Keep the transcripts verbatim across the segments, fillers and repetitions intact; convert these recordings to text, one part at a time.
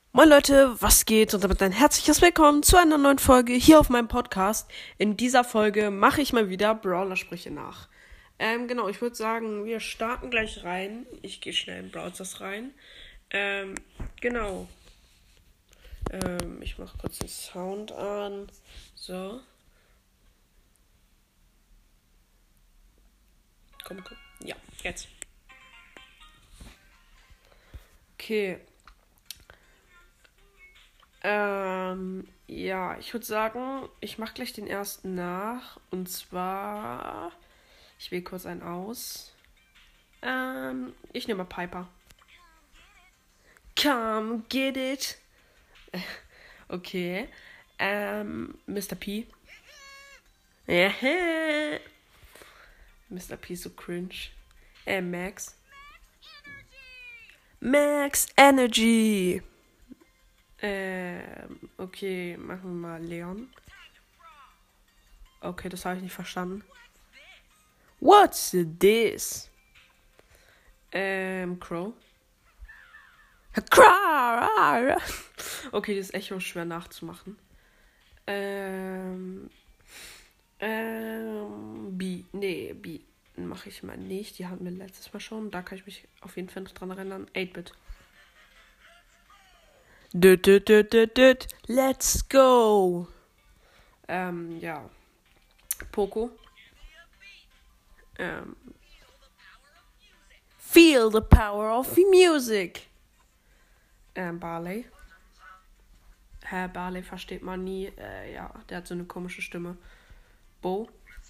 Moin Leute, was geht? Und damit ein herzliches Willkommen zu einer neuen Folge hier auf meinem Podcast. In dieser Folge mache ich mal wieder Brawler-Sprüche nach. Ähm, genau, ich würde sagen, wir starten gleich rein. Ich gehe schnell in Brawl Stars rein. Ähm, genau. Ähm, ich mache kurz den Sound an. So. Komm, komm. Ja, jetzt. Okay. Ähm, ja, ich würde sagen, ich mache gleich den ersten nach. Und zwar, ich wähle kurz einen aus. Ähm, ich nehme mal Piper. Come, get it. Okay. Ähm, Mister P. Mister P ist so cringe. Äh, Max. Max Energy. Ähm, okay, machen wir mal Leon. Okay, das habe ich nicht verstanden. What's this? Ähm, Crow. Crow. Okay, das ist echt auch schwer nachzumachen. Ähm, ähm, B. Nee, B mache ich mal nicht. Die hatten wir letztes Mal schon. Da kann ich mich auf jeden Fall noch dran erinnern. acht-Bit. Düt, düt, düt, düt, düt. Let's go. Ähm, ja. Poco. Ähm. Feel the power of music. Ähm, Barley. Hä, Barley versteht man nie. Äh, ja, der hat so eine komische Stimme. Bo.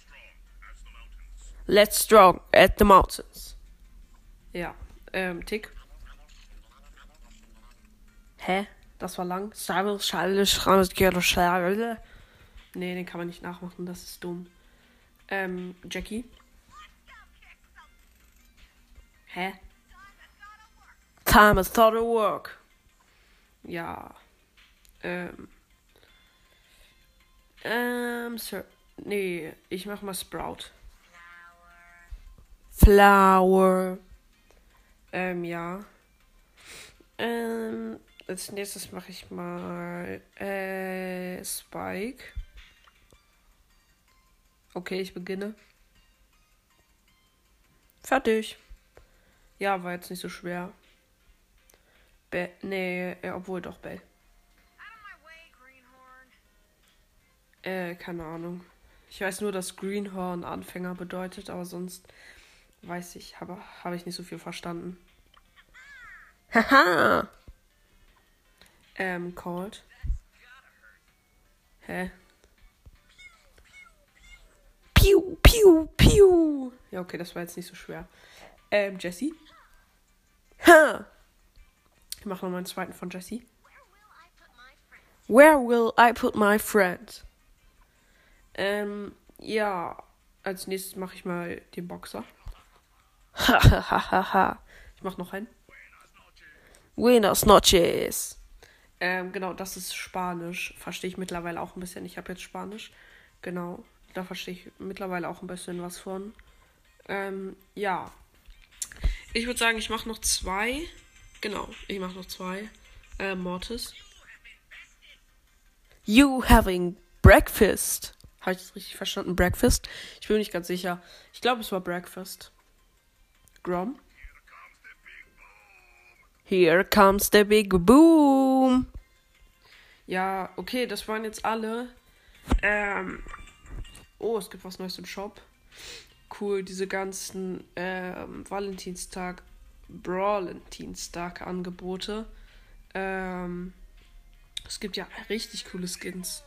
Let's strong at the mountains. Ja, ähm, Tick. Hä? Das war lang. Nee, den kann man nicht nachmachen, das ist dumm. Ähm, Jackie. Hä? Time has thought to work. Ja. Ähm. Ähm, Sir. Nee, ich mach mal Sprout. Flower. Ähm, ja. Ähm, als nächstes mache ich mal äh, Spike. Okay, ich beginne. Fertig. Ja, war jetzt nicht so schwer. Be nee, äh, obwohl doch Bell. Äh, keine Ahnung. Ich weiß nur, dass Greenhorn Anfänger bedeutet, aber sonst weiß ich, habe hab ich nicht so viel verstanden. Haha! Ähm, Cold. Hä? Piu, piu, piu. Ja, okay, das war jetzt nicht so schwer. Ähm, Jessie. Ha! Ich mache nochmal einen zweiten von Jessie. Where will I put my friend? Ähm, ja. Als nächstes mache ich mal den Boxer. Hahaha. Ich mache noch einen. Buenas noches. Ähm, genau, das ist Spanisch. Verstehe ich mittlerweile auch ein bisschen. Ich habe jetzt Spanisch. Genau, da verstehe ich mittlerweile auch ein bisschen was von. Ähm, ja. Ich würde sagen, ich mache noch zwei. Genau, ich mache noch zwei. Äh, Mortis. You having breakfast. Habe ich das richtig verstanden? Breakfast? Ich bin mir nicht ganz sicher. Ich glaube, es war Breakfast. Grom. Here comes the big boom. Ja, okay, das waren jetzt alle. Ähm. Oh, es gibt was Neues im Shop. Cool, diese ganzen ähm, Valentinstag, Brawlentinstag-Angebote. Ähm. Es gibt ja richtig coole Skins.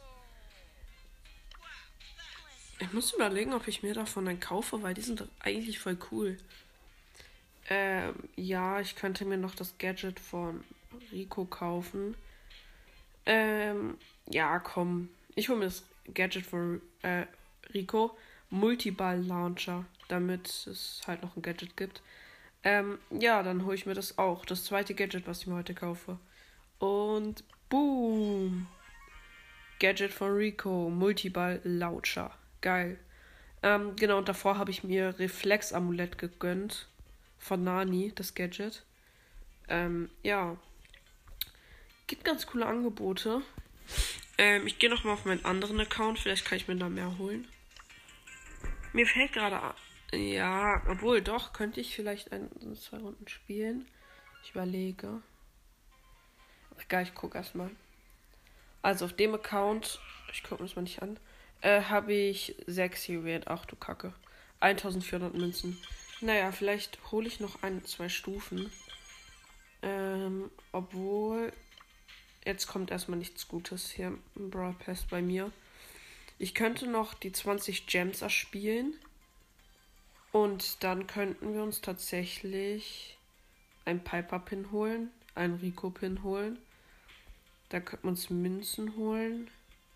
Ich muss überlegen, ob ich mir davon einen kaufe, weil die sind eigentlich voll cool. Ähm, ja, ich könnte mir noch das Gadget von Rico kaufen. Ähm, ja, komm. Ich hole mir das Gadget von äh, Rico. Multiball-Launcher, damit es halt noch ein Gadget gibt. Ähm, ja, dann hole ich mir das auch. Das zweite Gadget, was ich mir heute kaufe. Und boom. Gadget von Rico. Multiball-Launcher. Geil. Ähm, genau, und davor habe ich mir Reflex-Amulett gegönnt. Von Nani, das Gadget. Ähm, ja. gibt ganz coole Angebote. Ähm, ich gehe nochmal auf meinen anderen Account. Vielleicht kann ich mir da mehr holen. Mir fällt gerade an. Ja, obwohl doch, könnte ich vielleicht ein, zwei Runden spielen. Ich überlege. Egal, ich gucke erstmal. Also auf dem Account, ich gucke mir das mal nicht an, äh, habe ich sechs Juwelen. Ach du Kacke. eintausendvierhundert Münzen. Naja, vielleicht hole ich noch ein, zwei Stufen. Ähm, obwohl, jetzt kommt erstmal nichts Gutes hier im Brawl Pass bei mir. Ich könnte noch die zwanzig Gems erspielen. Und dann könnten wir uns tatsächlich einen Piper-Pin holen, einen Rico-Pin holen. Da könnten wir uns Münzen holen.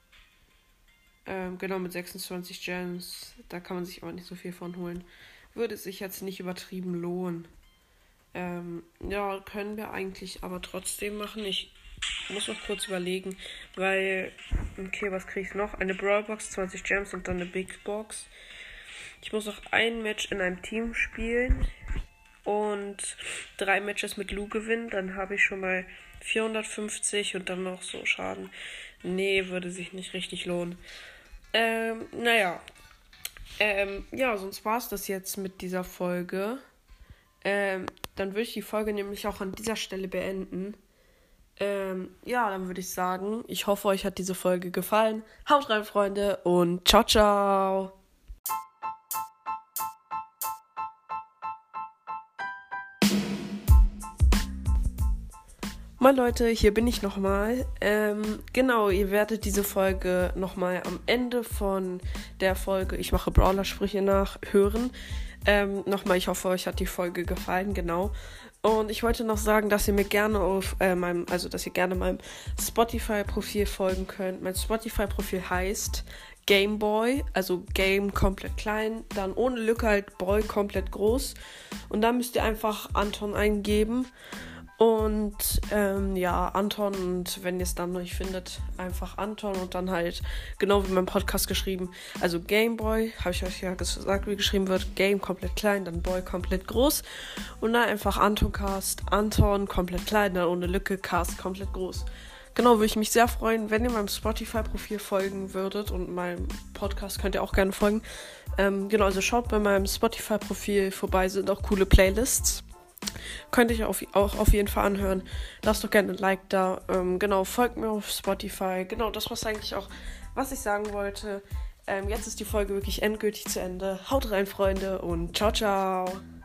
Ähm, genau, mit sechsundzwanzig Gems. Da kann man sich aber nicht so viel von holen. Würde sich jetzt nicht übertrieben lohnen. Ähm, ja, können wir eigentlich aber trotzdem machen. Ich muss noch kurz überlegen, weil, okay, was kriege ich noch? Eine Brawlbox, zwanzig Gems und dann eine Big Box. Ich muss noch ein Match in einem Team spielen und drei Matches mit Lu gewinnen. Dann habe ich schon mal vierhundertfünfzig und dann noch so Schaden. Nee, würde sich nicht richtig lohnen. Ähm, naja. Ähm, ja, sonst war es das jetzt mit dieser Folge. Ähm, dann würde ich die Folge nämlich auch an dieser Stelle beenden. Ähm, ja, dann würde ich sagen, ich hoffe, euch hat diese Folge gefallen. Haut rein, Freunde, und ciao, ciao. Moin Leute, hier bin ich nochmal. Ähm, genau, ihr werdet diese Folge nochmal am Ende von der Folge Ich mache Brawler-Sprüche nach hören. Ähm, nochmal, ich hoffe, euch hat die Folge gefallen, genau. Und ich wollte noch sagen, dass ihr mir gerne auf äh, meinem, also dass ihr gerne meinem Spotify-Profil folgen könnt. Mein Spotify-Profil heißt Gameboy, also Game komplett klein, dann ohne Lücke halt Boy komplett groß. Und dann müsst ihr einfach Anton eingeben. Und ähm, ja, Anton, und wenn ihr es dann noch nicht findet, einfach Anton und dann halt, genau wie mein Podcast geschrieben, also Gameboy, habe ich euch ja gesagt, wie geschrieben wird, Game komplett klein, dann Boy komplett groß und dann einfach Antoncast, Anton komplett klein, dann ohne Lücke, Cast komplett groß. Genau, würde ich mich sehr freuen, wenn ihr meinem Spotify-Profil folgen würdet und meinem Podcast könnt ihr auch gerne folgen. Ähm, genau, also schaut bei meinem Spotify-Profil vorbei, sind auch coole Playlists. Könnt ihr auf, auch auf jeden Fall anhören. Lasst doch gerne ein Like da. Ähm, genau, folgt mir auf Spotify. Genau, das war eigentlich auch, was ich sagen wollte. Ähm, jetzt ist die Folge wirklich endgültig zu Ende. Haut rein, Freunde, und ciao, ciao.